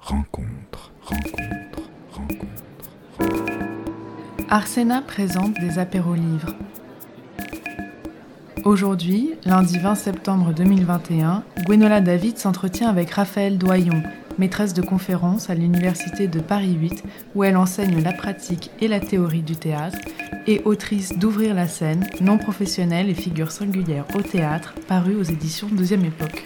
rencontre. Arsena présente des apéros-livres. Aujourd'hui, lundi 20 septembre 2021, Gwenola David s'entretient avec Raphaëlle Doyon, maîtresse de conférences à l'Université de Paris 8, où elle enseigne la pratique et la théorie du théâtre, et autrice d'Ouvrir la scène, non professionnelle et figure singulière au théâtre, paru aux éditions Deuxième Époque.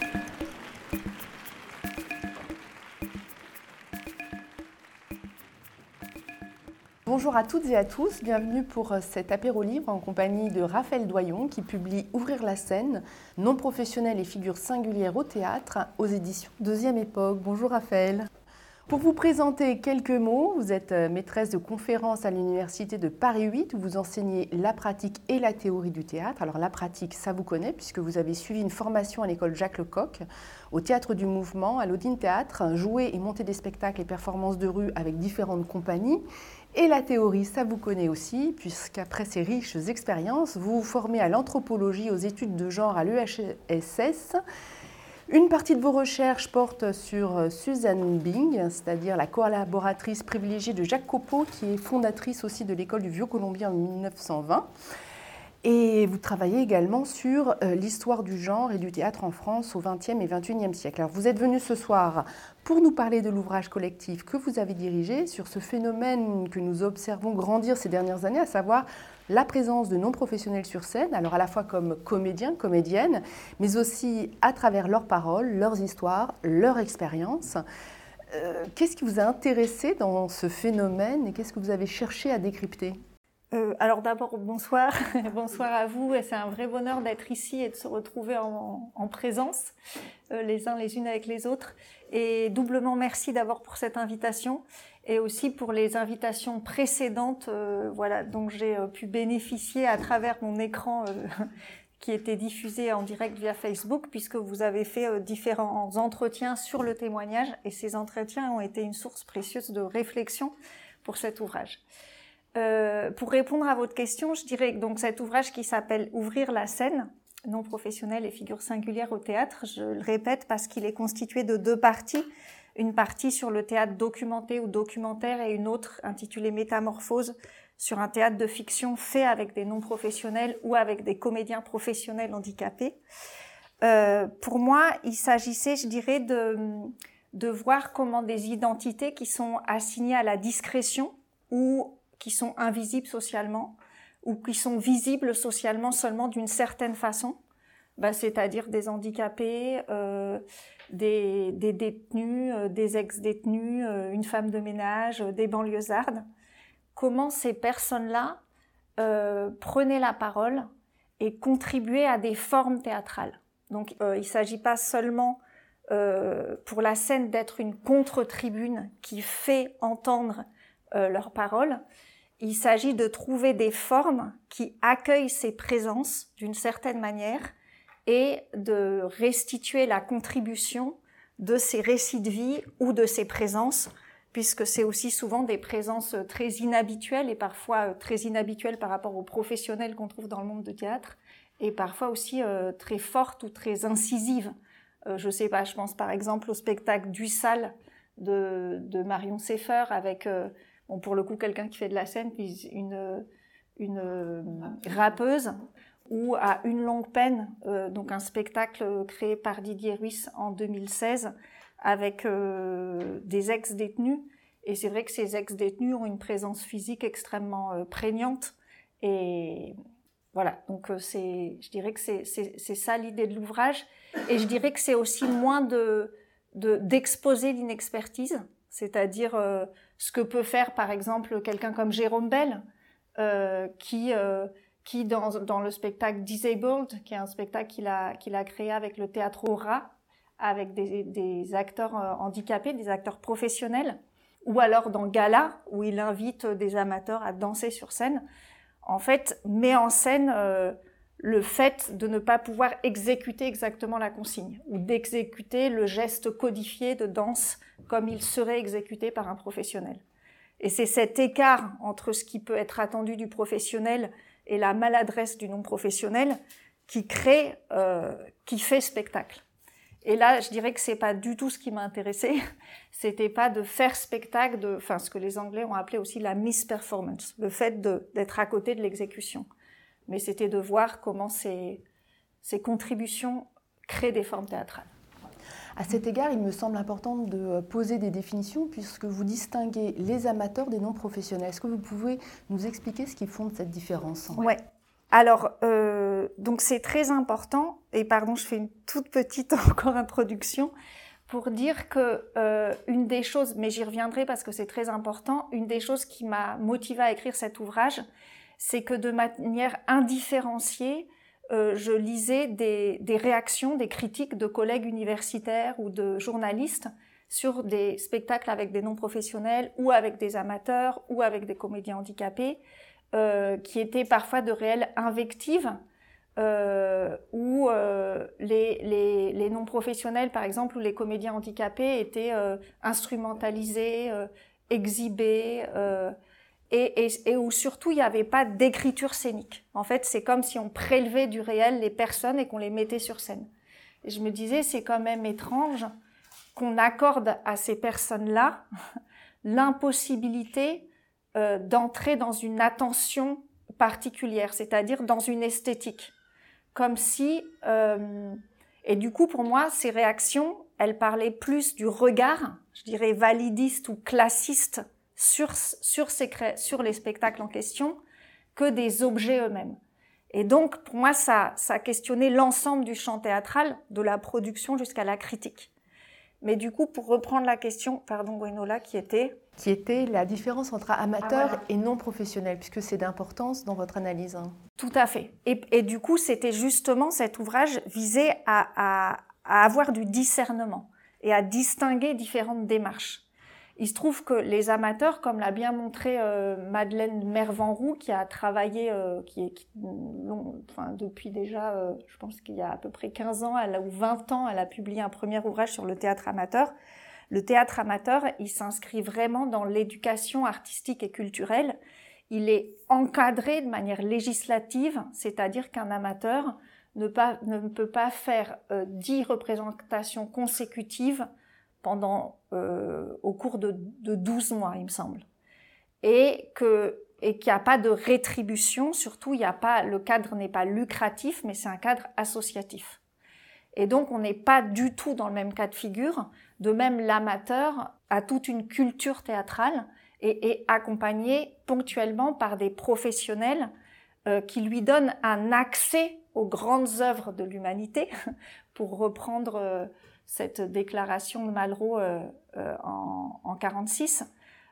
Bonjour à toutes et à tous, bienvenue pour cet apéro libre en compagnie de Raphaëlle Doyon qui publie Ouvrir la scène, non professionnelle et figure singulière au théâtre aux éditions Deuxième Époque. Bonjour Raphaëlle. Pour vous présenter quelques mots, vous êtes maîtresse de conférences à l'Université de Paris 8 où vous enseignez la pratique et la théorie du théâtre. Alors la pratique, ça vous connaît puisque vous avez suivi une formation à l'école Jacques Lecoq, au Théâtre du Mouvement, à l'Odine Théâtre, joué et monté des spectacles et performances de rue avec différentes compagnies. Et la théorie, ça vous connaît aussi, puisqu'après ces riches expériences, vous vous formez à l'anthropologie, aux études de genre à l'EHSS. Une partie de vos recherches porte sur Suzanne Bing, c'est-à-dire la collaboratrice privilégiée de Jacques Copeau, qui est fondatrice aussi de l'École du Vieux-Colombien en 1920. Et vous travaillez également sur l'histoire du genre et du théâtre en France au XXe et XXIe siècle. Alors vous êtes venu ce soir pour nous parler de l'ouvrage collectif que vous avez dirigé sur ce phénomène que nous observons grandir ces dernières années, à savoir la présence de non-professionnels sur scène, alors à la fois comme comédiens, comédiennes, mais aussi à travers leurs paroles, leurs histoires, leur expérience. Qu'est-ce qui vous a intéressé dans ce phénomène et qu'est-ce que vous avez cherché à décrypter ? Alors d'abord, bonsoir. Bonsoir à vous. C'est un vrai bonheur d'être ici et de se retrouver en présence, les uns les unes avec les autres. Et doublement merci d'abord pour cette invitation et aussi pour les invitations précédentes dont j'ai pu bénéficier à travers mon écran qui était diffusé en direct via Facebook, puisque vous avez fait différents entretiens sur le témoignage. Et ces entretiens ont été une source précieuse de réflexion pour cet ouvrage. Pour répondre à votre question, je dirais que donc cet ouvrage qui s'appelle Ouvrir la scène, non professionnelle et figure singulière au théâtre, je le répète parce qu'il est constitué de deux parties. Une partie sur le théâtre documenté ou documentaire et une autre intitulée Métamorphose sur un théâtre de fiction fait avec des non-professionnels ou avec des comédiens professionnels handicapés. Pour moi, il s'agissait, je dirais, de voir comment des identités qui sont assignées à la discrétion ou qui sont invisibles socialement ou qui sont visibles socialement seulement d'une certaine façon, c'est-à-dire des handicapés, des détenus, des ex-détenus, une femme de ménage, des banlieusardes. Comment ces personnes-là prenaient la parole et contribuaient à des formes théâtrales. Donc il ne s'agit pas seulement pour la scène d'être une contre-tribune qui fait entendre leurs paroles. Il s'agit de trouver des formes qui accueillent ces présences d'une certaine manière et de restituer la contribution de ces récits de vie ou de ces présences, puisque c'est aussi souvent des présences très inhabituelles et parfois très inhabituelles par rapport aux professionnels qu'on trouve dans le monde du théâtre et parfois aussi très fortes ou très incisives. Je sais pas, je pense par exemple au spectacle Dussal de Marion Seyfer avec... pour le coup, quelqu'un qui fait de la scène, puis une rappeuse, ou à Une longue peine, donc un spectacle créé par Didier Ruiz en 2016, avec des ex-détenus. Et c'est vrai que ces ex-détenus ont une présence physique extrêmement prégnante. Et voilà, donc je dirais que c'est ça l'idée de l'ouvrage. Et je dirais que c'est aussi moins d'exposer l'inexpertise, c'est-à-dire ce que peut faire par exemple quelqu'un comme Jérôme Bel, qui dans le spectacle Disabled, qui est un spectacle qu'il a créé avec le théâtre Aura, avec des acteurs handicapés, des acteurs professionnels, ou alors dans Gala, où il invite des amateurs à danser sur scène, en fait, met en scène le fait de ne pas pouvoir exécuter exactement la consigne, ou d'exécuter le geste codifié de danse comme il serait exécuté par un professionnel. Et c'est cet écart entre ce qui peut être attendu du professionnel et la maladresse du non-professionnel qui fait spectacle. Et là, je dirais que c'est pas du tout ce qui m'a intéressée. C'était pas de faire spectacle ce que les Anglais ont appelé aussi la misperformance, le fait d'être à côté de l'exécution. Mais c'était de voir comment ces contributions créent des formes théâtrales. À cet égard, il me semble important de poser des définitions puisque vous distinguez les amateurs des non-professionnels. Est-ce que vous pouvez nous expliquer ce qui fonde cette différence ? Ouais. Alors, donc c'est très important, et pardon, je fais une toute petite encore introduction, pour dire que une des choses, mais j'y reviendrai parce que c'est très important, une des choses qui m'a motivée à écrire cet ouvrage, c'est que de manière indifférenciée, je lisais des réactions, des critiques de collègues universitaires ou de journalistes sur des spectacles avec des non-professionnels ou avec des amateurs ou avec des comédiens handicapés, qui étaient parfois de réelles invectives, où les non-professionnels, par exemple, ou les comédiens handicapés étaient instrumentalisés, exhibés, et où surtout il n'y avait pas d'écriture scénique. En fait, c'est comme si on prélevait du réel les personnes et qu'on les mettait sur scène. Et je me disais, c'est quand même étrange qu'on accorde à ces personnes-là l'impossibilité d'entrer dans une attention particulière, c'est-à-dire dans une esthétique. Comme si... et du coup, pour moi, ces réactions, elles parlaient plus du regard, je dirais validiste ou classiste, sur les spectacles en question, que des objets eux-mêmes. Et donc, pour moi, ça questionnait l'ensemble du champ théâtral, de la production jusqu'à la critique. Mais du coup, pour reprendre la question, pardon Gwenola, qui était la différence entre amateur et non professionnel, puisque c'est d'importance dans votre analyse. Tout à fait. Et du coup, c'était justement cet ouvrage visait à avoir du discernement et à distinguer différentes démarches. Il se trouve que les amateurs, comme l'a bien montré Madeleine Mervanroux, qui a travaillé depuis déjà, je pense qu'il y a à peu près 15 ans ou 20 ans, elle a publié un premier ouvrage sur le théâtre amateur. Le théâtre amateur, il s'inscrit vraiment dans l'éducation artistique et culturelle. Il est encadré de manière législative, c'est-à-dire qu'un amateur ne peut pas faire 10 représentations consécutives au cours de 12 mois, il me semble. Et qu'il n'y a pas de rétribution, surtout le cadre n'est pas lucratif, mais c'est un cadre associatif. Et donc on n'est pas du tout dans le même cas de figure. De même, l'amateur a toute une culture théâtrale et est accompagné ponctuellement par des professionnels qui lui donnent un accès aux grandes œuvres de l'humanité, pour reprendre cette déclaration de Malraux en 1946.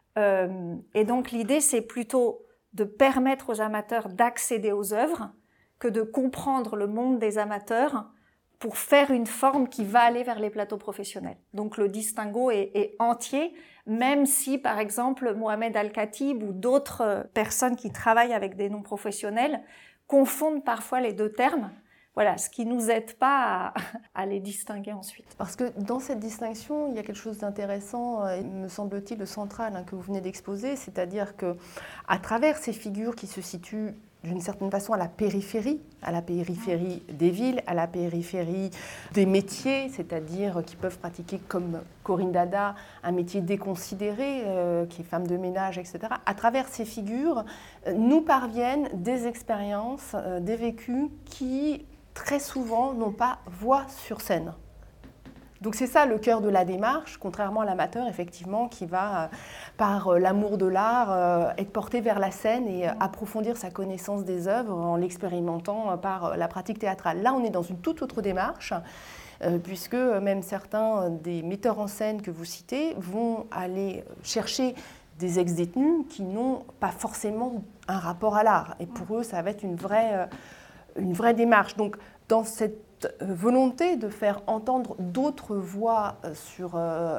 Et donc l'idée, c'est plutôt de permettre aux amateurs d'accéder aux œuvres que de comprendre le monde des amateurs pour faire une forme qui va aller vers les plateaux professionnels. Donc le distinguo est entier, même si, par exemple, Mohamed Al-Khatib ou d'autres personnes qui travaillent avec des non-professionnels confondent parfois les deux termes. Voilà, ce qui ne nous aide pas à les distinguer ensuite. Parce que dans cette distinction, il y a quelque chose d'intéressant, me semble-t-il, de central que vous venez d'exposer, c'est-à-dire qu'à travers ces figures qui se situent d'une certaine façon à la périphérie des villes, à la périphérie des métiers, c'est-à-dire qui peuvent pratiquer comme Corinne Dada un métier déconsidéré, qui est femme de ménage, etc. À travers ces figures, nous parviennent des expériences, des vécus qui très souvent n'ont pas voix sur scène. Donc c'est ça le cœur de la démarche, contrairement à l'amateur, effectivement, qui va, par l'amour de l'art, être porté vers la scène et approfondir sa connaissance des œuvres en l'expérimentant par la pratique théâtrale. Là, on est dans une toute autre démarche, puisque même certains des metteurs en scène que vous citez vont aller chercher des ex-détenus qui n'ont pas forcément un rapport à l'art. Et pour eux, ça va être une vraie démarche. Donc, dans cette volonté de faire entendre d'autres voix sur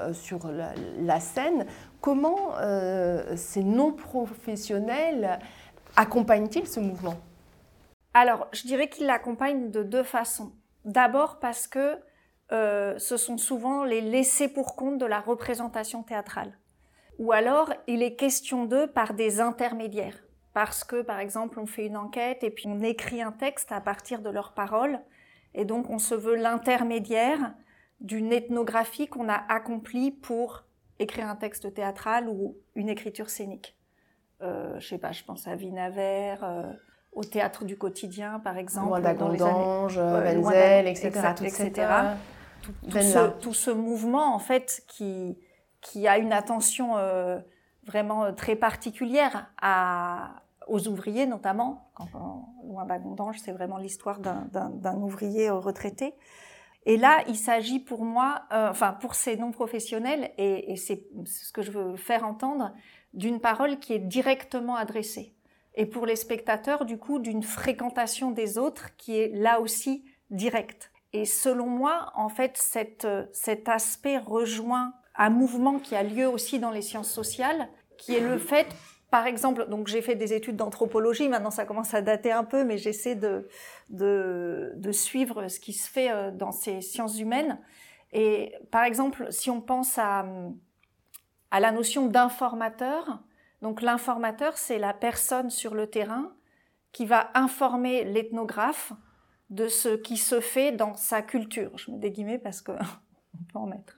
la scène, comment ces non-professionnels accompagnent-ils ce mouvement ? Alors, je dirais qu'ils l'accompagnent de deux façons. D'abord parce que ce sont souvent les laissés pour compte de la représentation théâtrale. Ou alors, il est question d'eux par des intermédiaires. Parce que, par exemple, on fait une enquête et puis on écrit un texte à partir de leurs paroles. Et donc, on se veut l'intermédiaire d'une ethnographie qu'on a accomplie pour écrire un texte théâtral ou une écriture scénique. Je sais pas, je pense à Vinaver, au théâtre du quotidien, par exemple. Wanda Gandange, Wenzel, etc. Tout ce mouvement, en fait, qui a une attention vraiment très particulière aux ouvriers, notamment. Wanda Gandange, c'est vraiment l'histoire d'un ouvrier retraité. Et là, il s'agit pour moi, pour ces non-professionnels, et c'est ce que je veux faire entendre, d'une parole qui est directement adressée. Et pour les spectateurs, du coup, d'une fréquentation des autres qui est là aussi directe. Et selon moi, en fait, cet aspect rejoint un mouvement qui a lieu aussi dans les sciences sociales, qui est le fait, par exemple, donc j'ai fait des études d'anthropologie, maintenant ça commence à dater un peu, mais j'essaie de suivre ce qui se fait dans ces sciences humaines. Et par exemple, si on pense à la notion d'informateur, donc l'informateur, c'est la personne sur le terrain qui va informer l'ethnographe de ce qui se fait dans sa culture. Je mets des guillemets parce qu'on peut en mettre.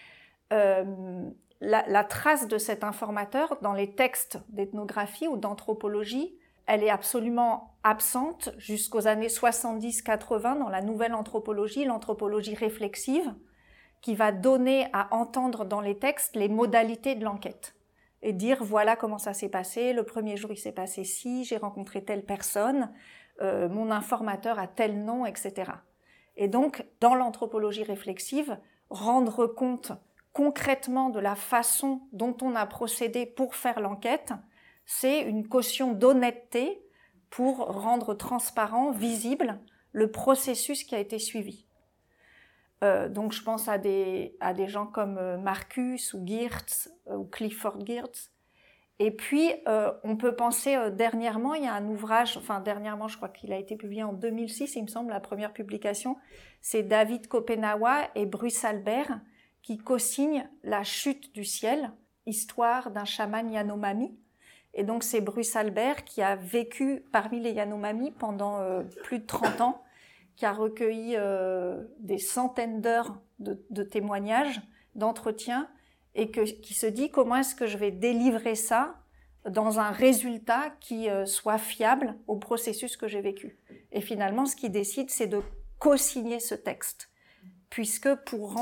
La trace de cet informateur dans les textes d'ethnographie ou d'anthropologie, elle est absolument absente jusqu'aux années 70-80 dans la nouvelle anthropologie, l'anthropologie réflexive, qui va donner à entendre dans les textes les modalités de l'enquête et dire voilà comment ça s'est passé, le premier jour il s'est passé ci, j'ai rencontré telle personne, mon informateur a tel nom, etc. Et donc, dans l'anthropologie réflexive, rendre compte concrètement de la façon dont on a procédé pour faire l'enquête, c'est une caution d'honnêteté pour rendre transparent, visible, le processus qui a été suivi. Donc je pense à des gens comme Marcus ou Geertz ou Clifford Geertz. Et puis on peut penser dernièrement, il y a un ouvrage, dernièrement je crois qu'il a été publié en 2006, il me semble, la première publication, c'est David Kopenawa et Bruce Albert qui co-signent La chute du ciel, histoire d'un chaman Yanomami. Et donc c'est Bruce Albert qui a vécu parmi les Yanomami pendant plus de 30 ans, qui a recueilli des centaines d'heures de témoignages, d'entretiens, et qui se dit comment est-ce que je vais délivrer ça dans un résultat qui soit fiable au processus que j'ai vécu. Et finalement, ce qu'il décide, c'est de co-signer ce texte, puisque pour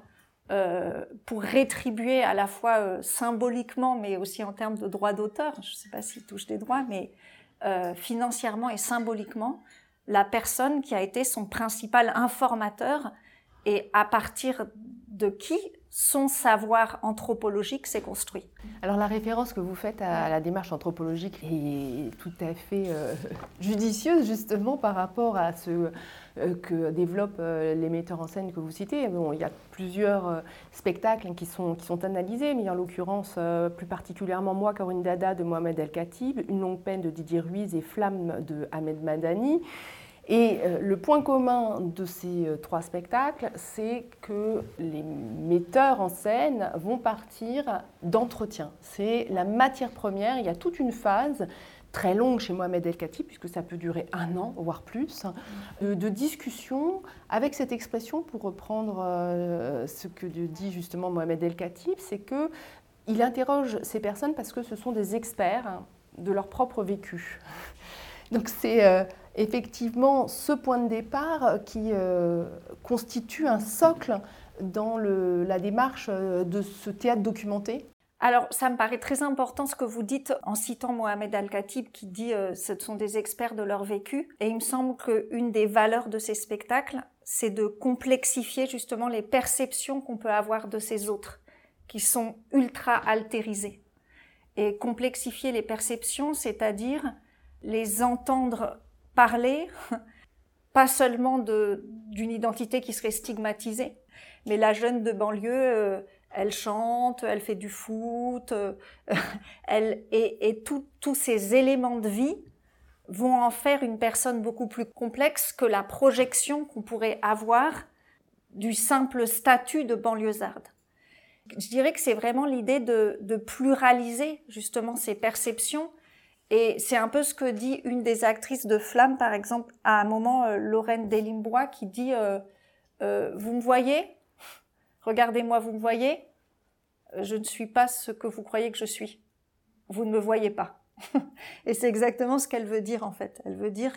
rétribuer à la fois symboliquement, mais aussi en termes de droits d'auteur, je ne sais pas s'il touche des droits, mais financièrement et symboliquement, la personne qui a été son principal informateur et à partir de qui son savoir anthropologique s'est construit. Alors la référence que vous faites à la démarche anthropologique est tout à fait judicieuse justement par rapport à ce que développent les metteurs en scène que vous citez. Bon, il y a plusieurs spectacles qui sont analysés, mais en l'occurrence plus particulièrement Moi, Corinne Dada de Mohamed El Khatib, Une longue peine de Didier Ruiz et Flamme de Ahmed Madani. Et le point commun de ces trois spectacles, c'est que les metteurs en scène vont partir d'entretien. C'est la matière première. Il y a toute une phase très longue chez Mohamed El Khatib, puisque ça peut durer 1 an, voire plus, de discussion avec cette expression, pour reprendre ce que dit justement Mohamed El Khatib, c'est qu'il interroge ces personnes parce que ce sont des experts de leur propre vécu. Donc c'est effectivement ce point de départ qui constitue un socle dans la démarche de ce théâtre documenté. Alors, ça me paraît très important ce que vous dites en citant Mohamed El Khatib qui dit ce sont des experts de leur vécu. Et il me semble qu'une des valeurs de ces spectacles, c'est de complexifier justement les perceptions qu'on peut avoir de ces autres, qui sont ultra altérisées. Et complexifier les perceptions, c'est-à-dire les entendre parler, pas seulement d'une identité qui serait stigmatisée, mais la jeune de banlieue, elle chante, elle fait du foot, tous ces éléments de vie vont en faire une personne beaucoup plus complexe que la projection qu'on pourrait avoir du simple statut de banlieusarde. Je dirais que c'est vraiment l'idée de pluraliser justement ces perceptions. Et c'est un peu ce que dit une des actrices de Flamme, par exemple, à un moment, Lorraine Delimbois, qui dit « Vous me voyez ? regardez-moi, vous me voyez, je ne suis pas ce que vous croyez que je suis. Vous ne me voyez pas. Et c'est exactement ce qu'elle veut dire en fait. Elle veut dire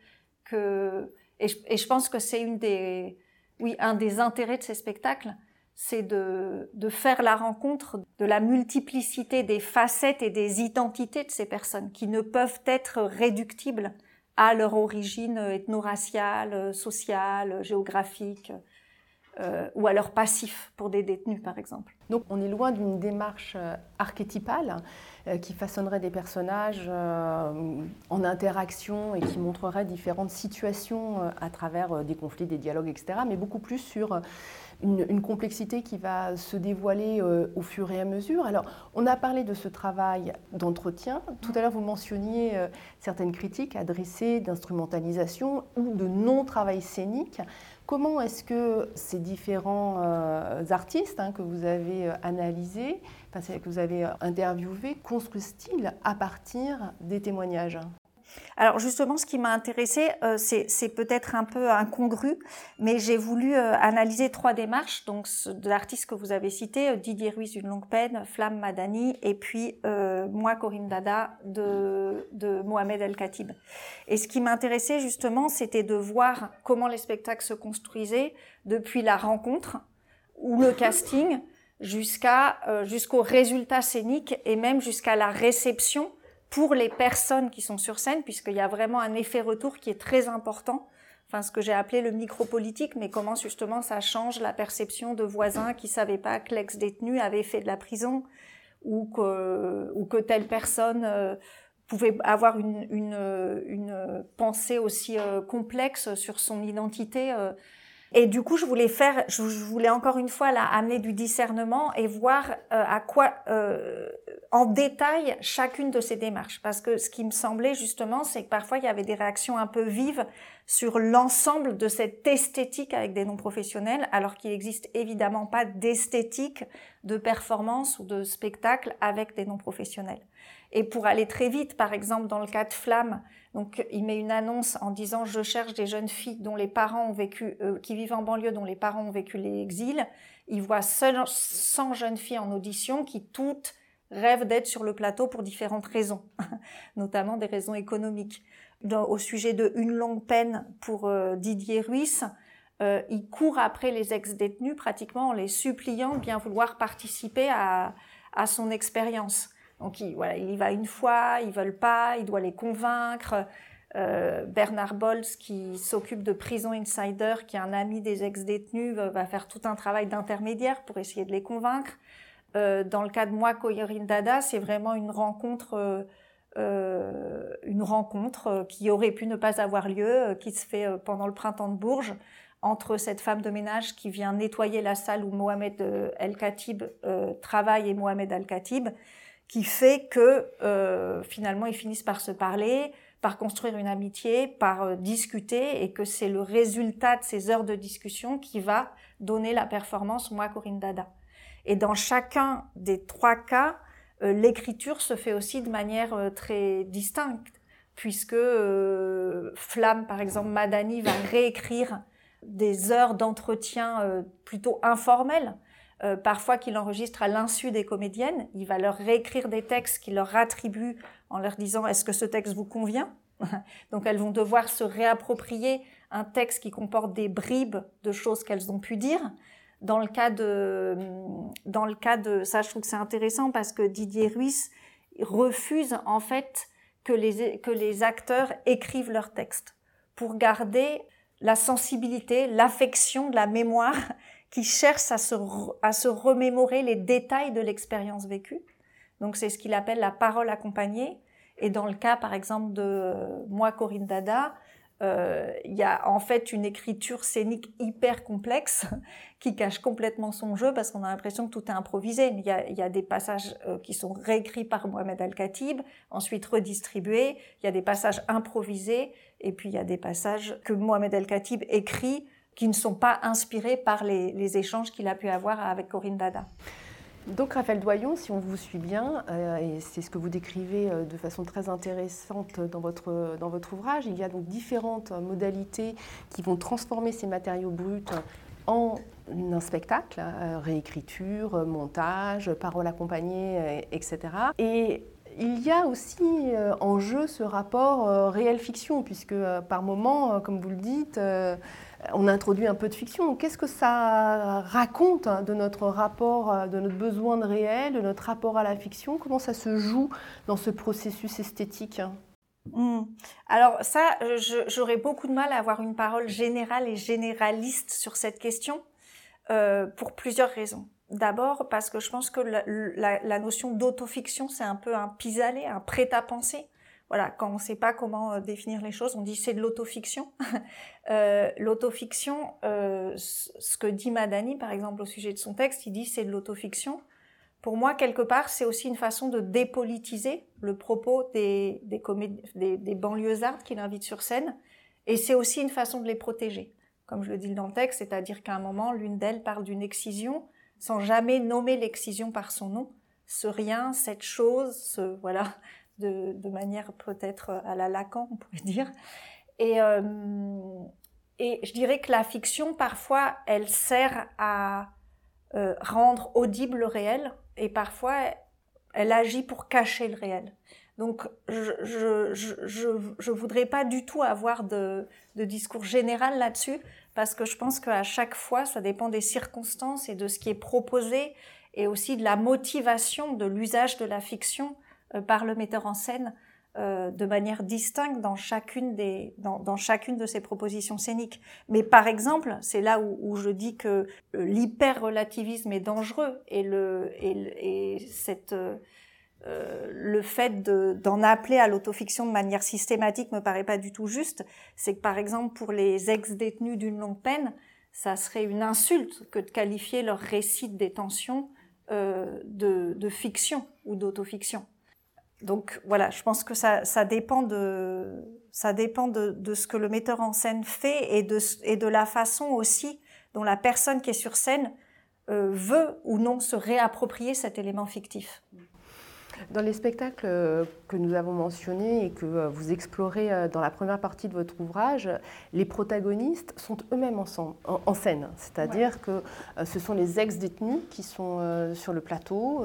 et je pense que c'est un des intérêts de ces spectacles, c'est de faire la rencontre de la multiplicité des facettes et des identités de ces personnes qui ne peuvent être réductibles à leur origine ethno-raciale, sociale, géographique, ou à leur passif pour des détenus par exemple. Donc on est loin d'une démarche archétypale qui façonnerait des personnages en interaction et qui montrerait différentes situations à travers des conflits, des dialogues, etc. Mais beaucoup plus sur une complexité qui va se dévoiler au fur et à mesure. Alors, on a parlé de ce travail d'entretien. Tout à l'heure, vous mentionniez certaines critiques adressées d'instrumentalisation ou de non-travail scénique. Comment est-ce que ces différents artistes que vous avez analysés, que vous avez interviewés, construisent-ils à partir des témoignages ? Alors justement, ce qui m'a intéressée, c'est peut-être un peu incongru, mais j'ai voulu analyser 3 démarches, donc de l'artiste que vous avez cité, Didier Ruiz, Une longue peine, Flamme Madani, et puis moi, Corinne Dada, de Mohamed El-Khatib. Et ce qui m'intéressait justement, c'était de voir comment les spectacles se construisaient depuis la rencontre ou le casting jusqu'au résultat scénique et même jusqu'à la réception pour les personnes qui sont sur scène, puisqu'il y a vraiment un effet retour qui est très important, enfin ce que j'ai appelé le micropolitique, mais comment justement ça change la perception de voisins qui savaient pas que l'ex-détenu avait fait de la prison, ou que telle personne pouvait avoir une pensée aussi complexe sur son identité. Et du coup, je voulais encore une fois là amener du discernement et voir à quoi, en détail, chacune de ces démarches. Parce que ce qui me semblait justement, c'est que parfois il y avait des réactions un peu vives sur l'ensemble de cette esthétique avec des non-professionnels, alors qu'il n'existe évidemment pas d'esthétique de performance ou de spectacle avec des non-professionnels. Et pour aller très vite, par exemple, dans le cas de Flamme, donc il met une annonce en disant « Je cherche des jeunes filles dont les parents ont vécu, qui vivent en banlieue, dont les parents ont vécu l'exil ». Il voit 100 jeunes filles en audition qui toutes rêvent d'être sur le plateau pour différentes raisons, notamment des raisons économiques. Au sujet de Une longue peine pour Didier Ruiz, il court après les ex-détenus pratiquement en les suppliant de bien vouloir participer à son expérience. Donc il y va une fois, ils veulent pas, il doit les convaincre. Bernard Bolz, qui s'occupe de Prison Insider, qui est un ami des ex-détenus, va faire tout un travail d'intermédiaire pour essayer de les convaincre. Dans le cas de moi, Corinne Dada, c'est vraiment une rencontre qui aurait pu ne pas avoir lieu, qui se fait pendant le printemps de Bourges, entre cette femme de ménage qui vient nettoyer la salle où Mohamed El-Khatib travaille et Mohamed El-Khatib, qui fait que finalement ils finissent par se parler, par construire une amitié, par discuter, et que c'est le résultat de ces heures de discussion qui va donner la performance Moi, Corinne Dada. Et dans chacun des 3 cas, l'écriture se fait aussi de manière très distincte, puisque Flamme, par exemple, Madani va réécrire des heures d'entretien plutôt informelles, parfois qu'il enregistre à l'insu des comédiennes. Il va leur réécrire des textes qu'il leur attribue en leur disant « Est-ce que ce texte vous convient ?» Donc elles vont devoir se réapproprier un texte qui comporte des bribes de choses qu'elles ont pu dire. Dans le cas de ça, je trouve que c'est intéressant parce que Didier Ruiz refuse en fait que les acteurs écrivent leurs textes pour garder la sensibilité, l'affection de la mémoire qui cherche à se remémorer les détails de l'expérience vécue. Donc c'est ce qu'il appelle la parole accompagnée. Et dans le cas, par exemple, de Moi, Corinne Dada, il y a en fait une écriture scénique hyper complexe qui cache complètement son jeu parce qu'on a l'impression que tout est improvisé. Mais il y a des passages qui sont réécrits par Mohamed El-Khatib, ensuite redistribués. Il y a des passages improvisés et puis il y a des passages que Mohamed El-Khatib écrit qui ne sont pas inspirés par les échanges qu'il a pu avoir avec Corinne Dada. Donc Raphaël Doyon, si on vous suit bien, et c'est ce que vous décrivez de façon très intéressante dans votre ouvrage, il y a donc différentes modalités qui vont transformer ces matériaux bruts en un spectacle, réécriture, montage, paroles accompagnées, etc. Et il y a aussi en jeu ce rapport réel-fiction, puisque par moment, comme vous le dites, on introduit un peu de fiction. Qu'est-ce que ça raconte de notre rapport, de notre besoin de réel, de notre rapport à la fiction? Comment ça se joue dans ce processus esthétique? Alors ça, j'aurais beaucoup de mal à avoir une parole générale et généraliste sur cette question pour plusieurs raisons. D'abord parce que je pense que la notion d'autofiction, c'est un peu un pis-aller, un prêt-à-penser. Voilà, quand on ne sait pas comment définir les choses, on dit c'est de l'autofiction. L'autofiction, ce que dit Madani, par exemple, au sujet de son texte, il dit c'est de l'autofiction. Pour moi, quelque part, c'est aussi une façon de dépolitiser le propos des banlieusards qu'il invite sur scène, et c'est aussi une façon de les protéger. Comme je le dis dans le texte, c'est-à-dire qu'à un moment, l'une d'elles parle d'une excision, sans jamais nommer l'excision par son nom, ce rien, cette chose, voilà, de manière peut-être à la Lacan, on pourrait dire. Et je dirais que la fiction, parfois, elle sert à rendre audible le réel, et parfois, elle agit pour cacher le réel. Donc, je voudrais pas du tout avoir de discours général là-dessus, parce que je pense qu'à chaque fois, ça dépend des circonstances et de ce qui est proposé, et aussi de la motivation de l'usage de la fiction par le metteur en scène de manière distincte dans chacune de ces propositions scéniques. Mais par exemple, c'est là où je dis que l'hyper-relativisme est dangereux, et le fait d'en appeler à l'autofiction de manière systématique me paraît pas du tout juste. C'est que par exemple pour les ex-détenus d'une longue peine, ça serait une insulte que de qualifier leur récit de détention de fiction ou d'autofiction. Donc voilà, je pense que ça dépend de ce que le metteur en scène fait, et de la façon aussi dont la personne qui est sur scène veut ou non se réapproprier cet élément fictif. Dans les spectacles que nous avons mentionnés et que vous explorez dans la première partie de votre ouvrage, les protagonistes sont eux-mêmes en scène. C'est-à-dire que ce sont les ex-détenus qui sont sur le plateau.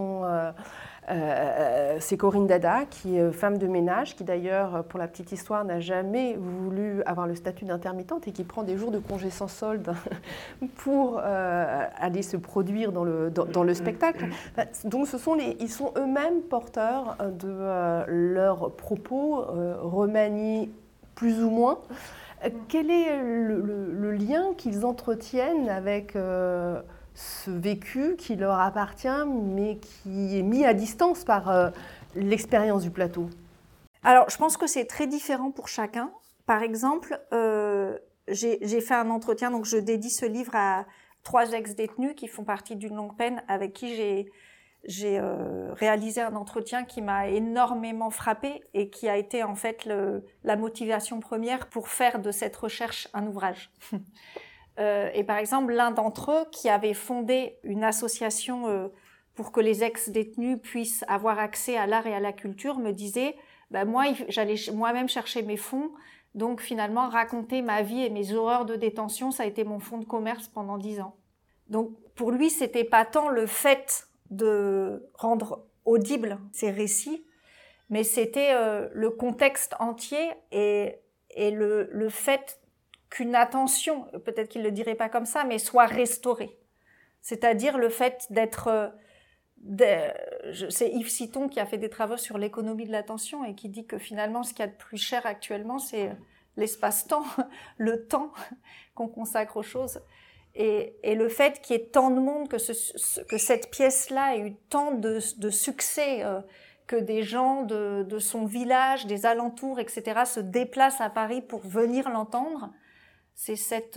C'est Corinne Dada, qui est femme de ménage, qui d'ailleurs, pour la petite histoire, n'a jamais voulu avoir le statut d'intermittente et qui prend des jours de congé sans solde pour aller se produire dans le spectacle. Donc ils sont eux-mêmes porteurs de leurs propos, remaniés plus ou moins. Quel est le lien qu'ils entretiennent avec ce vécu qui leur appartient, mais qui est mis à distance par l'expérience du plateau? Alors, je pense que c'est très différent pour chacun. Par exemple, j'ai fait un entretien, donc je dédie ce livre à 3 ex-détenus qui font partie d'une longue peine, avec qui j'ai réalisé un entretien qui m'a énormément frappée et qui a été en fait la motivation première pour faire de cette recherche un ouvrage. Et par exemple, l'un d'entre eux, qui avait fondé une association pour que les ex-détenus puissent avoir accès à l'art et à la culture, me disait moi, j'allais moi-même chercher mes fonds, donc finalement, raconter ma vie et mes horreurs de détention, ça a été mon fonds de commerce pendant 10 ans. Donc pour lui, c'était pas tant le fait de rendre audible ces récits, mais c'était le contexte entier et le fait qu'une attention, peut-être qu'il ne le dirait pas comme ça, mais soit restaurée. C'est-à-dire le fait d'être... c'est Yves Citon qui a fait des travaux sur l'économie de l'attention et qui dit que finalement, ce qu'il y a de plus cher actuellement, c'est l'espace-temps, le temps qu'on consacre aux choses. Et le fait qu'il y ait tant de monde, que cette pièce-là ait eu tant de succès, que des gens de son village, des alentours, etc., se déplacent à Paris pour venir l'entendre, c'est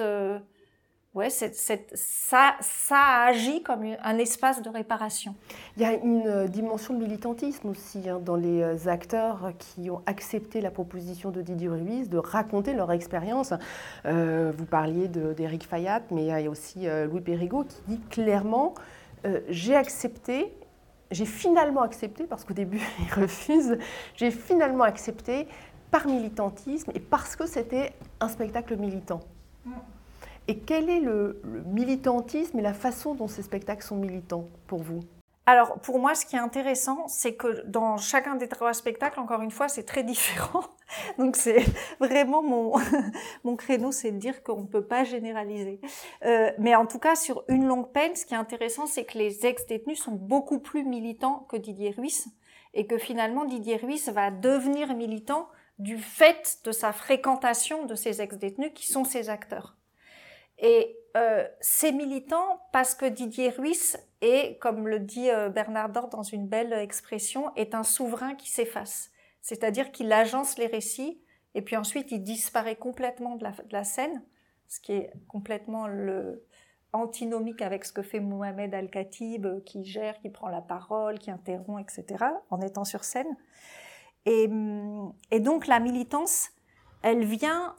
ça agit comme un espace de réparation. Il y a une dimension de militantisme aussi dans les acteurs qui ont accepté la proposition de Didier Ruiz de raconter leur expérience. Vous parliez d'Éric Fayat, mais il y a aussi Louis Périgot qui dit clairement j'ai finalement accepté, parce qu'au début il refuse, j'ai finalement accepté par militantisme et parce que c'était un spectacle militant. Et quel est le militantisme et la façon dont ces spectacles sont militants pour vous ? Alors, pour moi, ce qui est intéressant, c'est que dans chacun des 3 spectacles, encore une fois, c'est très différent. Donc, c'est vraiment mon créneau, c'est de dire qu'on ne peut pas généraliser. Mais en tout cas, sur Une longue peine, ce qui est intéressant, c'est que les ex-détenus sont beaucoup plus militants que Didier Ruiz, et que finalement, Didier Ruiz va devenir militant du fait de sa fréquentation de ces ex-détenus qui sont ses acteurs. Et c'est militant parce que Didier Ruiz est, comme le dit Bernard Dort dans une belle expression, est un souverain qui s'efface. C'est-à-dire qu'il agence les récits et puis ensuite il disparaît complètement de la scène, ce qui est complètement antinomique avec ce que fait Mohamed Al-Khatib, qui gère, qui prend la parole, qui interrompt, etc., en étant sur scène. Et donc la militance, elle vient...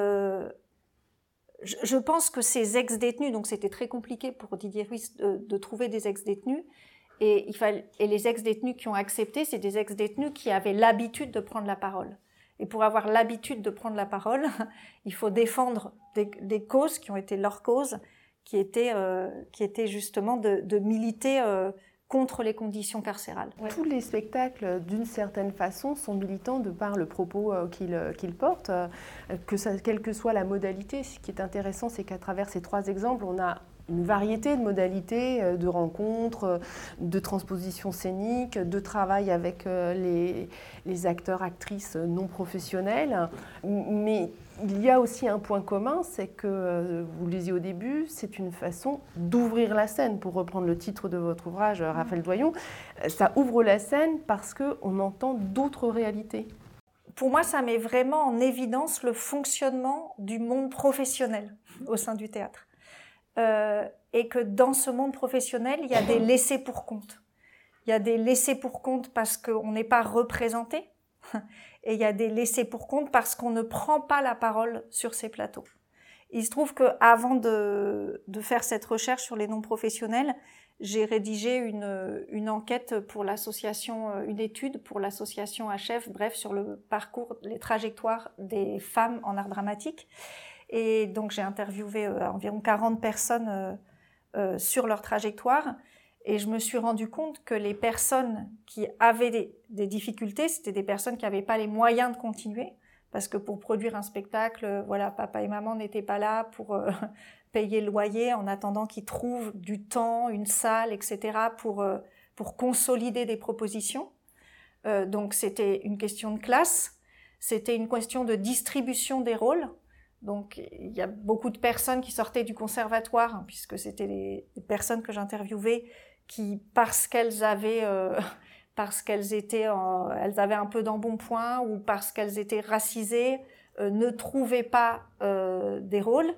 Je pense que ces ex-détenus, donc c'était très compliqué pour Didier Ruiz de trouver des ex-détenus, et les ex-détenus qui ont accepté, c'est des ex-détenus qui avaient l'habitude de prendre la parole. Et pour avoir l'habitude de prendre la parole, il faut défendre des causes qui ont été leurs causes, qui étaient justement de militer contre les conditions carcérales. Ouais. Tous les spectacles, d'une certaine façon, sont militants de par le propos qu'ils portent, quelle que soit la modalité. Ce qui est intéressant, c'est qu'à travers ces 3 exemples, on a une variété de modalités, de rencontres, de transpositions scéniques, de travail avec les acteurs, actrices non professionnels. Mais il y a aussi un point commun, c'est que, vous le disiez au début, c'est une façon d'ouvrir la scène, pour reprendre le titre de votre ouvrage, Raphaël Doyon. Ça ouvre la scène parce qu'on entend d'autres réalités. Pour moi, ça met vraiment en évidence le fonctionnement du monde professionnel au sein du théâtre. Et que dans ce monde professionnel, il y a des laissés pour compte. Il y a des laissés pour compte parce qu'on n'est pas représenté, et il y a des laissés pour compte parce qu'on ne prend pas la parole sur ces plateaux. Il se trouve qu'avant de faire cette recherche sur les non-professionnels, j'ai rédigé une enquête pour l'association, une étude pour l'association HF, bref, sur le parcours, les trajectoires des femmes en art dramatique. Et donc, j'ai interviewé environ 40 personnes sur leur trajectoire. Et je me suis rendu compte que les personnes qui avaient des difficultés, c'était des personnes qui n'avaient pas les moyens de continuer. Parce que pour produire un spectacle, voilà, papa et maman n'étaient pas là pour payer le loyer en attendant qu'ils trouvent du temps, une salle, etc. pour consolider des propositions. Donc, c'était une question de classe. C'était une question de distribution des rôles. Donc, il y a beaucoup de personnes qui sortaient du conservatoire, hein, puisque c'était les personnes que j'interviewais, qui, parce qu'elles avaient un peu d'embonpoint ou parce qu'elles étaient racisées, ne trouvaient pas des rôles.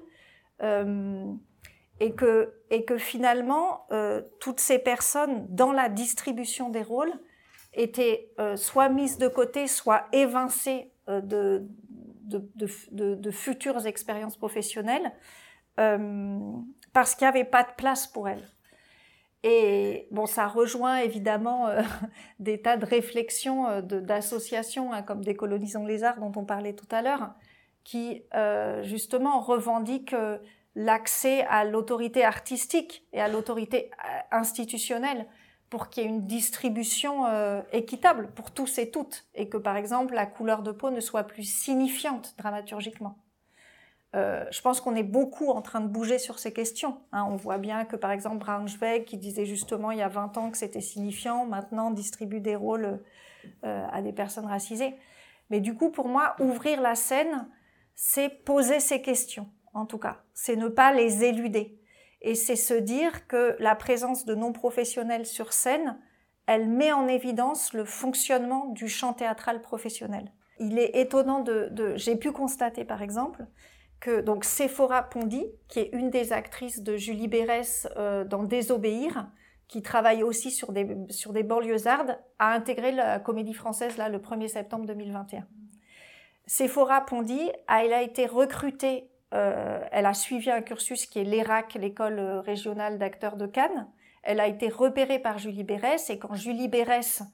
Et que finalement, toutes ces personnes, dans la distribution des rôles, étaient soit mises de côté, soit évincées de futures expériences professionnelles parce qu'il n'y avait pas de place pour elles. Et bon, ça rejoint évidemment des tas de réflexions d'associations comme Décolonisons les arts dont on parlait tout à l'heure, qui justement revendiquent l'accès à l'autorité artistique et à l'autorité institutionnelle pour qu'il y ait une distribution équitable pour tous et toutes, et que par exemple la couleur de peau ne soit plus signifiante dramaturgiquement. Je pense qu'on est beaucoup en train de bouger sur ces questions. Hein. On voit bien que par exemple Braunschweig, qui disait justement il y a 20 ans que c'était signifiant, maintenant distribue des rôles à des personnes racisées. Mais du coup, pour moi, ouvrir la scène, c'est poser ces questions, en tout cas. C'est ne pas les éluder. Et c'est se dire que la présence de non-professionnels sur scène, elle met en évidence le fonctionnement du champ théâtral professionnel. Il est étonnant j'ai pu constater par exemple que donc Séphora Pondy, qui est une des actrices de Julie Berès dans Désobéir, qui travaille aussi sur des banlieusardes, a intégré la Comédie Française là, le 1er septembre 2021. Séphora Pondy, elle a été recrutée. Elle a suivi un cursus qui est l'ERAC, l'école régionale d'acteurs de Cannes. Elle a été repérée par Julie Berès, et quand Julie Berès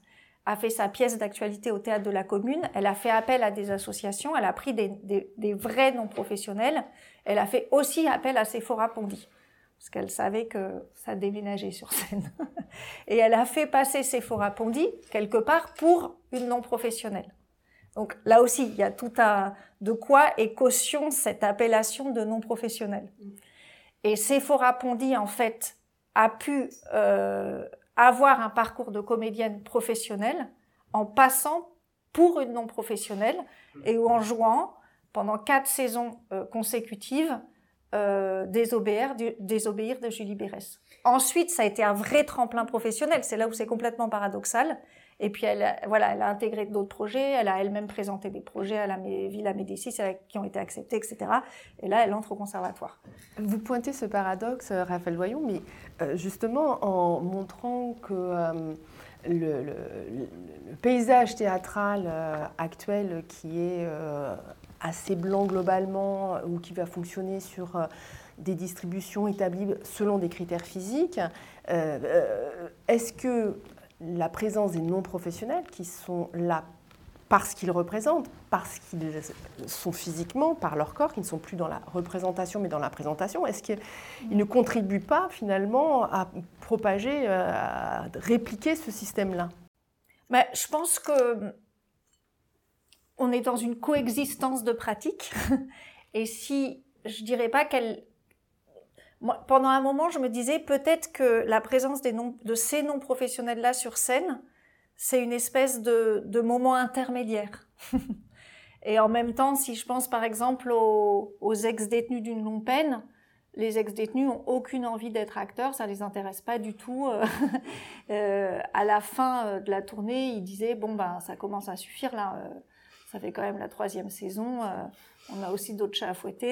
a fait sa pièce d'actualité au Théâtre de la Commune, elle a fait appel à des associations, elle a pris des vrais non professionnels, elle a fait aussi appel à Sephora Pondy, parce qu'elle savait que ça déménageait sur scène. Et elle a fait passer Sephora Pondy, quelque part, pour une non professionnelle. Donc là aussi, il y a tout de quoi est caution cette appellation de non professionnel. Et Sephora Pondy, en fait, a pu avoir un parcours de comédienne professionnelle en passant pour une non professionnelle et en jouant pendant 4 saisons consécutives Désobéir de Julie Berès. Ensuite, ça a été un vrai tremplin professionnel. C'est là où c'est complètement paradoxal. Et puis, elle a intégré d'autres projets. Elle a elle-même présenté des projets à la Villa Médicis qui ont été acceptés, etc. Et là, elle entre au conservatoire. Vous pointez ce paradoxe, Raphaël Doyon, mais justement en montrant que le paysage théâtral actuel qui est assez blanc globalement ou qui va fonctionner sur des distributions établies selon des critères physiques, est-ce que la présence des non-professionnels qui sont là parce qu'ils représentent, parce qu'ils sont physiquement, par leur corps, qui ne sont plus dans la représentation mais dans la présentation, est-ce qu'ils ne contribuent pas finalement à propager, à répliquer ce système-là ? Je pense que on est dans une coexistence de pratiques et si je dirais pas qu'elle... Moi, pendant un moment, je me disais peut-être que la présence de ces non-professionnels-là sur scène, c'est une espèce de moment intermédiaire. Et en même temps, si je pense par exemple aux ex-détenus d'une longue peine, les ex-détenus n'ont aucune envie d'être acteurs, ça ne les intéresse pas du tout. À la fin de la tournée, ils disaient « ça commence à suffire là, ça fait quand même la 3e saison, on a aussi d'autres chats à fouetter. »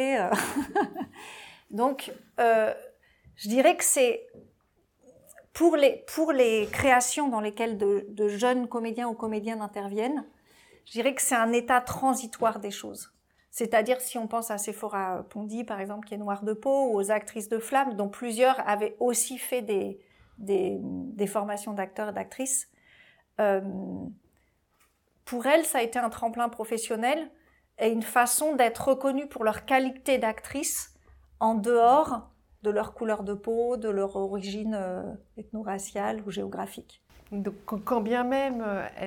Donc, je dirais que c'est pour les créations dans lesquelles de jeunes comédiens ou comédiennes interviennent, je dirais que c'est un état transitoire des choses. C'est-à-dire, si on pense à Sephora Pondy, par exemple, qui est noire de peau, ou aux actrices de Flamme, dont plusieurs avaient aussi fait des formations d'acteurs et d'actrices, pour elles, ça a été un tremplin professionnel et une façon d'être reconnues pour leur qualité d'actrice en dehors de leur couleur de peau, de leur origine ethno-raciale ou géographique. Donc, quand bien même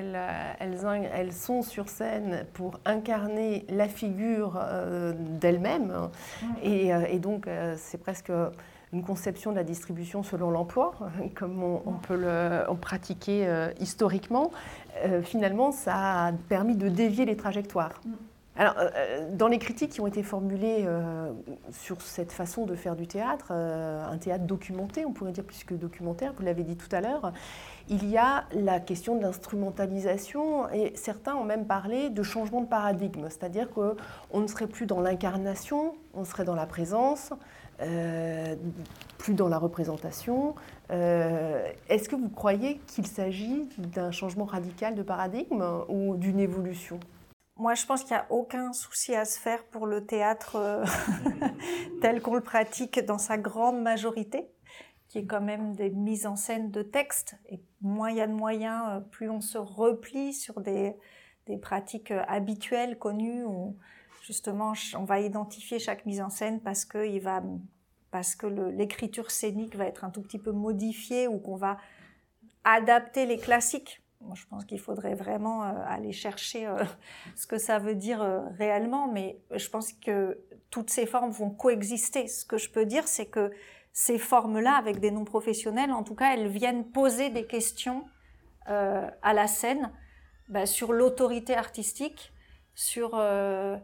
elles sont sur scène pour incarner la figure d'elles-mêmes, et donc c'est presque une conception de la distribution selon l'emploi, comme on peut le pratiquer historiquement, finalement ça a permis de dévier les trajectoires. Alors, dans les critiques qui ont été formulées sur cette façon de faire du théâtre, un théâtre documenté, on pourrait dire plus que documentaire, vous l'avez dit tout à l'heure, il y a la question de l'instrumentalisation et certains ont même parlé de changement de paradigme, c'est-à-dire qu'on ne serait plus dans l'incarnation, on serait dans la présence, plus dans la représentation. Est-ce que vous croyez qu'il s'agit d'un changement radical de paradigme ou d'une évolution ? Moi, je pense qu'il n'y a aucun souci à se faire pour le théâtre tel qu'on le pratique dans sa grande majorité, qui est quand même des mises en scène de textes. Et moins il y a de moyens, plus on se replie sur des pratiques habituelles, connues, où justement on va identifier chaque mise en scène parce que l'écriture scénique va être un tout petit peu modifiée ou qu'on va adapter les classiques. Moi, je pense qu'il faudrait vraiment aller chercher ce que ça veut dire réellement, mais je pense que toutes ces formes vont coexister. Ce que je peux dire, c'est que ces formes-là, avec des non-professionnels, en tout cas, elles viennent poser des questions à la scène sur l'autorité artistique, sur la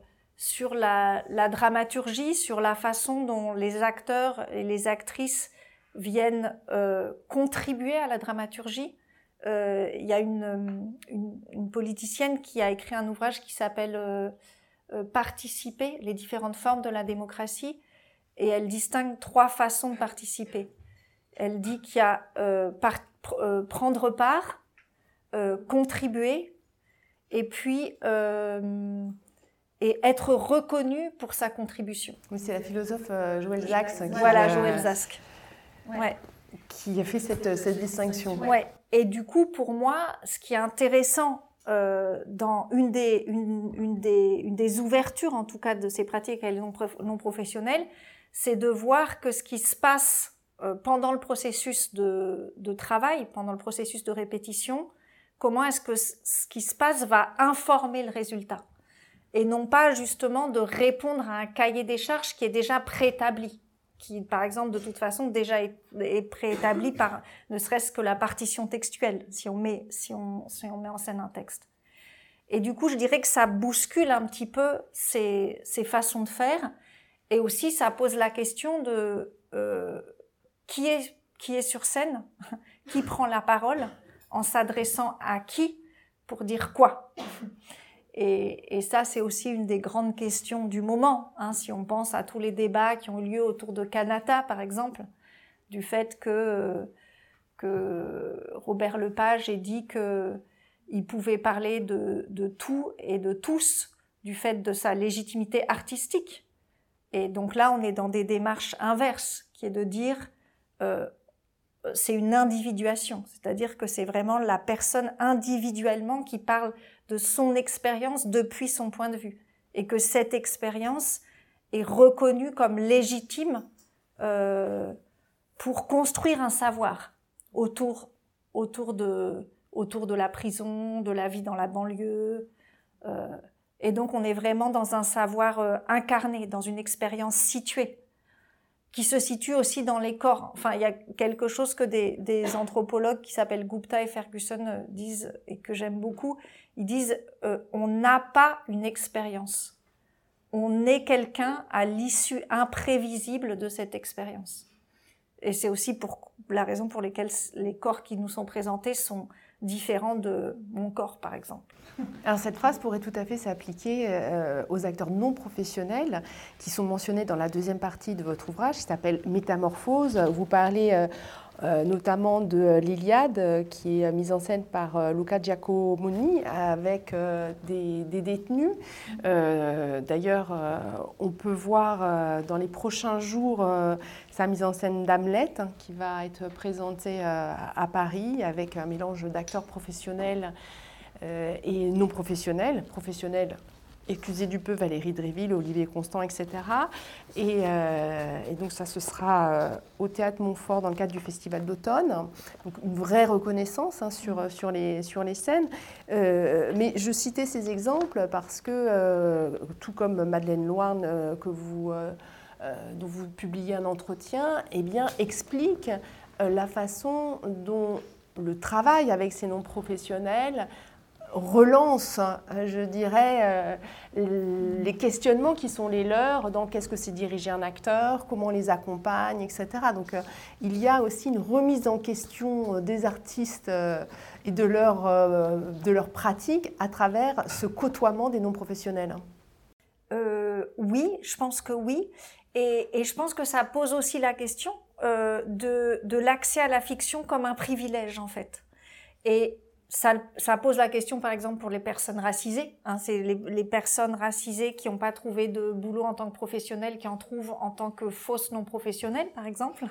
dramaturgie, sur la façon dont les acteurs et les actrices viennent contribuer à la dramaturgie. Il y a une politicienne qui a écrit un ouvrage qui s'appelle Participer, les différentes formes de la démocratie, et elle distingue 3 façons de participer. Elle dit qu'il y a prendre part, contribuer, et puis et être reconnu pour sa contribution. Oui, c'est la philosophe Joël Zask. Voilà, Joël Zask. Qui a fait cette distinction. Ouais. Et du coup, pour moi, ce qui est intéressant dans une des ouvertures, en tout cas, de ces pratiques non professionnelles, c'est de voir que ce qui se passe pendant le processus de travail, pendant le processus de répétition, comment est-ce que ce qui se passe va informer le résultat et non pas justement de répondre à un cahier des charges qui est déjà préétabli, qui par exemple de toute façon déjà est préétabli par ne serait-ce que la partition textuelle si on met en scène un texte. Et du coup, je dirais que ça bouscule un petit peu ces façons de faire, et aussi ça pose la question de qui est sur scène, qui prend la parole, en s'adressant à qui pour dire quoi. Et ça, c'est aussi une des grandes questions du moment, hein, si on pense à tous les débats qui ont eu lieu autour de Kanata, par exemple, du fait que Robert Lepage ait dit qu'il pouvait parler de tout et de tous, du fait de sa légitimité artistique. Et donc là, on est dans des démarches inverses, qui est de dire c'est une individuation, c'est-à-dire que c'est vraiment la personne individuellement qui parle de son expérience depuis son point de vue, et que cette expérience est reconnue comme légitime pour construire un savoir autour de la prison, de la vie dans la banlieue. Et donc on est vraiment dans un savoir incarné, dans une expérience située, qui se situe aussi dans les corps. Enfin, il y a quelque chose que des anthropologues qui s'appellent Gupta et Ferguson disent, et que j'aime beaucoup. Ils disent on n'a pas une expérience. On est quelqu'un à l'issue imprévisible de cette expérience. Et c'est aussi la raison pour laquelle les corps qui nous sont présentés sont différents de mon corps, par exemple. Alors cette phrase pourrait tout à fait s'appliquer aux acteurs non professionnels qui sont mentionnés dans la deuxième partie de votre ouvrage, qui s'appelle « Métamorphose ». Vous parlez notamment de l'Iliade, qui est mise en scène par Luca Giacomoni avec des détenus. D'ailleurs, on peut voir dans les prochains jours sa mise en scène d'Hamlet, qui va être présentée à Paris avec un mélange d'acteurs professionnels et non professionnels. Excusez du peu, Valérie Dréville, Olivier Constant, etc. Et donc ça, ce sera au Théâtre Montfort dans le cadre du Festival d'automne. Donc une vraie reconnaissance sur les scènes. Mais je citais ces exemples parce que, tout comme Madeleine Loarn, dont vous publiez un entretien, eh bien, explique la façon dont le travail avec ces non-professionnels relance, je dirais, les questionnements qui sont les leurs dans qu'est-ce que c'est diriger un acteur, comment on les accompagne, etc. Donc il y a aussi une remise en question des artistes et de leur pratique à travers ce côtoiement des non-professionnels. Oui, je pense que oui. Et je pense que ça pose aussi la question de l'accès à la fiction comme un privilège, en fait. Et ça pose la question, par exemple, pour les personnes racisées. Hein, c'est les personnes racisées qui n'ont pas trouvé de boulot en tant que professionnelles, qui en trouvent en tant que fausses non professionnelles, par exemple.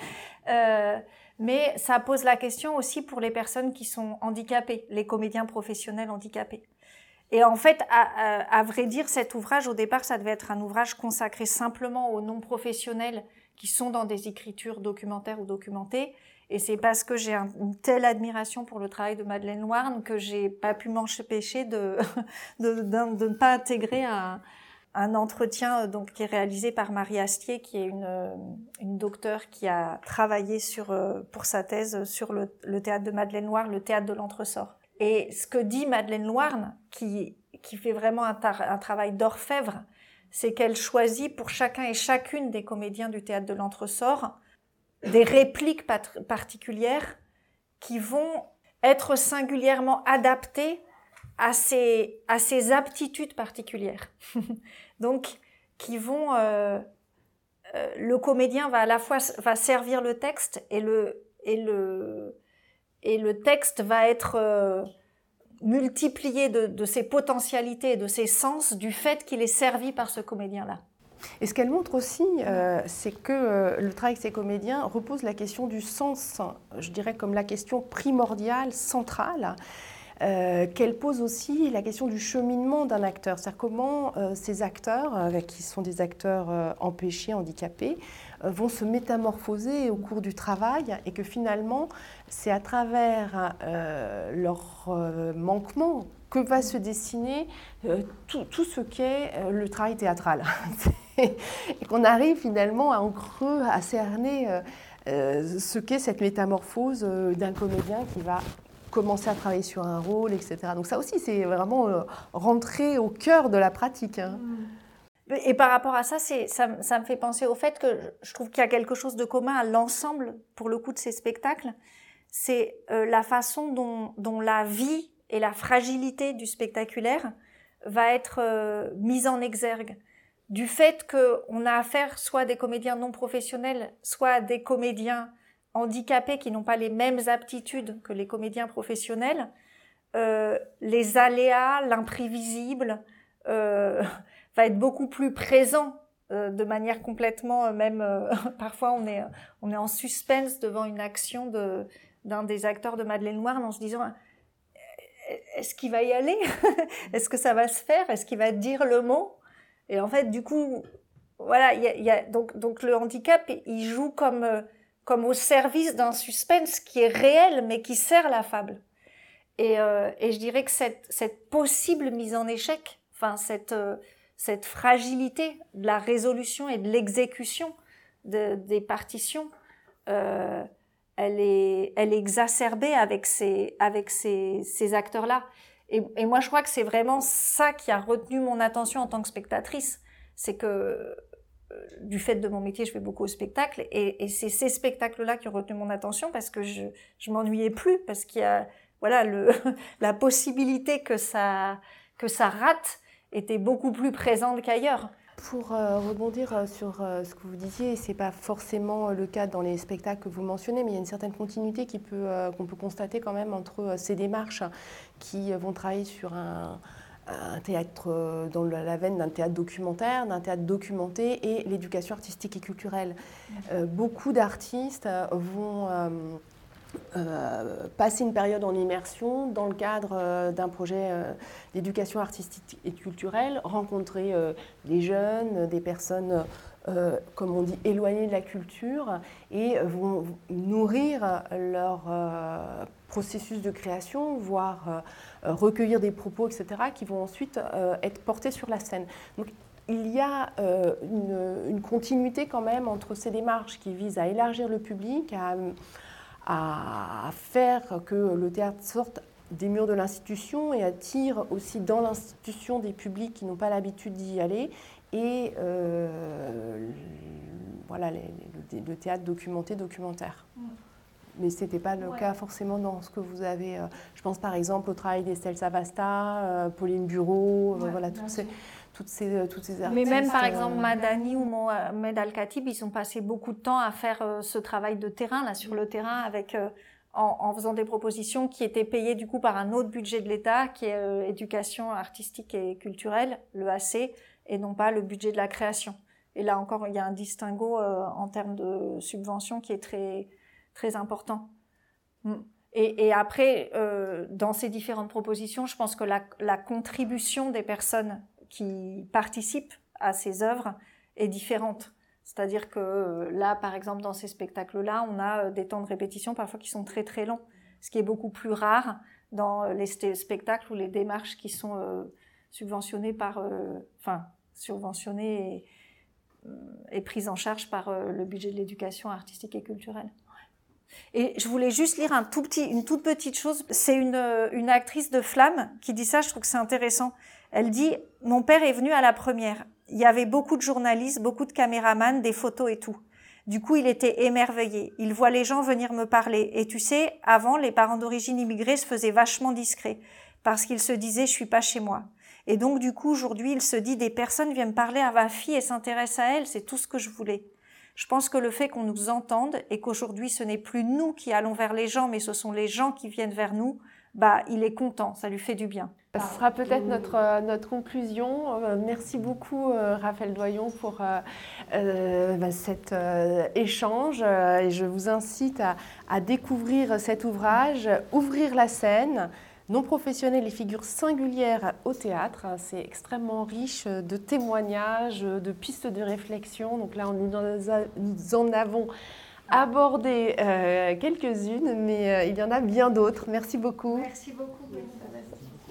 Mais ça pose la question aussi pour les personnes qui sont handicapées, les comédiens professionnels handicapés. Et en fait, à vrai dire, cet ouvrage, au départ, ça devait être un ouvrage consacré simplement aux non professionnels qui sont dans des écritures documentaires ou documentées. Et c'est parce que j'ai une telle admiration pour le travail de Madeleine Loarn que j'ai pas pu m'empêcher de ne pas intégrer un entretien donc qui est réalisé par Marie Astier, qui est une docteure qui a travaillé pour sa thèse sur le théâtre de Madeleine Loarn, le théâtre de l'entresort. Et ce que dit Madeleine Loarn, qui fait vraiment un travail d'orfèvre, c'est qu'elle choisit pour chacun et chacune des comédiens du théâtre de l'entresort des répliques particulières qui vont être singulièrement adaptées à ces aptitudes particulières. Donc, qui vont... le comédien va à la fois servir le texte et le texte va être multiplié de ses potentialités et de ses sens du fait qu'il est servi par ce comédien-là. Et ce qu'elle montre aussi, c'est que le travail avec ces comédiens repose la question du sens, je dirais comme la question primordiale, centrale, qu'elle pose aussi la question du cheminement d'un acteur. C'est-à-dire comment ces acteurs, qui sont des acteurs empêchés, handicapés, vont se métamorphoser au cours du travail et que finalement, c'est à travers leur manquement que va se dessiner tout ce qu'est le travail théâtral. Et qu'on arrive finalement en creux à cerner ce qu'est cette métamorphose d'un comédien qui va commencer à travailler sur un rôle, etc. Donc ça aussi, c'est vraiment rentrer au cœur de la pratique. Hein. Et par rapport à ça, ça me fait penser au fait que je trouve qu'il y a quelque chose de commun à l'ensemble, pour le coup, de ces spectacles. C'est la façon dont la vie et la fragilité du spectaculaire va être mise en exergue. Du fait qu'on a affaire soit à des comédiens non professionnels, soit à des comédiens handicapés qui n'ont pas les mêmes aptitudes que les comédiens professionnels, les aléas, l'imprévisible va être beaucoup plus présent de manière complètement, parfois on est en suspense devant une action d'un des acteurs de Madeleine Noire en se disant est-ce qu'il va y aller? Est-ce que ça va se faire? Est-ce qu'il va dire le mot? Et en fait, du coup, voilà, donc le handicap, il joue comme au service d'un suspense qui est réel, mais qui sert la fable. Et je dirais que cette possible mise en échec, enfin cette fragilité de la résolution et de l'exécution des partitions, elle est exacerbée avec ces acteurs-là. Et moi, je crois que c'est vraiment ça qui a retenu mon attention en tant que spectatrice. C'est que, du fait de mon métier, je fais beaucoup de spectacles, et c'est ces spectacles-là qui ont retenu mon attention parce que je m'ennuyais plus, parce qu'il y a, voilà, la possibilité que ça rate était beaucoup plus présente qu'ailleurs. Pour rebondir sur ce que vous disiez, ce n'est pas forcément le cas dans les spectacles que vous mentionnez, mais il y a une certaine continuité qu'on peut constater quand même entre ces démarches qui vont travailler sur un théâtre dans la veine d'un théâtre documentaire, d'un théâtre documenté et l'éducation artistique et culturelle. Beaucoup d'artistes vont passer une période en immersion dans le cadre d'un projet d'éducation artistique et culturelle, rencontrer des jeunes, des personnes, comme on dit, éloignées de la culture, et vont nourrir leur processus de création, voire recueillir des propos, etc., qui vont ensuite être portés sur la scène. Donc, il y a une continuité quand même entre ces démarches qui visent à élargir le public, à faire que le théâtre sorte des murs de l'institution et attire aussi dans l'institution des publics qui n'ont pas l'habitude d'y aller, et voilà, le théâtre documenté, documentaire. Mais ce n'était pas le cas forcément dans ce que vous avez. Je pense par exemple au travail d'Estelle Savasta, Pauline Bureau, voilà, toutes ces artistes. Mais même par exemple Madani ou Mohamed Al-Khatib, ils ont passé beaucoup de temps à faire ce travail de terrain, là, sur le terrain, avec, en faisant des propositions qui étaient payées du coup par un autre budget de l'État, qui est éducation artistique et culturelle, le AC, et non pas le budget de la création. Et là encore, il y a un distinguo en termes de subvention qui est très, très important. Et après, dans ces différentes propositions, je pense que la contribution des personnes qui participent à ces œuvres est différente. C'est-à-dire que là, par exemple, dans ces spectacles-là, on a des temps de répétition parfois qui sont très très longs, ce qui est beaucoup plus rare dans les spectacles ou les démarches qui sont subventionnées et prises en charge par le budget de l'éducation artistique et culturelle. Et je voulais juste lire une toute petite chose. C'est une actrice de Flamme qui dit ça, je trouve que c'est intéressant. Elle dit « Mon père est venu à la première. Il y avait beaucoup de journalistes, beaucoup de caméramans, des photos et tout. Du coup, il était émerveillé. Il voit les gens venir me parler. Et tu sais, avant, les parents d'origine immigrée se faisaient vachement discrets parce qu'ils se disaient « Je suis pas chez moi ». Et donc, du coup, aujourd'hui, il se dit « Des personnes viennent parler à ma fille et s'intéressent à elle. C'est tout ce que je voulais ». Je pense que le fait qu'on nous entende et qu'aujourd'hui, ce n'est plus nous qui allons vers les gens, mais ce sont les gens qui viennent vers nous, il est content, ça lui fait du bien. Ce sera peut-être notre conclusion. Merci beaucoup Raphaël Doyon pour cet échange. Et je vous incite à découvrir cet ouvrage, Ouvrir la scène, non professionnels et figures singulières au théâtre. C'est extrêmement riche de témoignages, de pistes de réflexion. Donc là, nous en avons abordé quelques-unes, mais il y en a bien d'autres. Merci beaucoup. Merci beaucoup.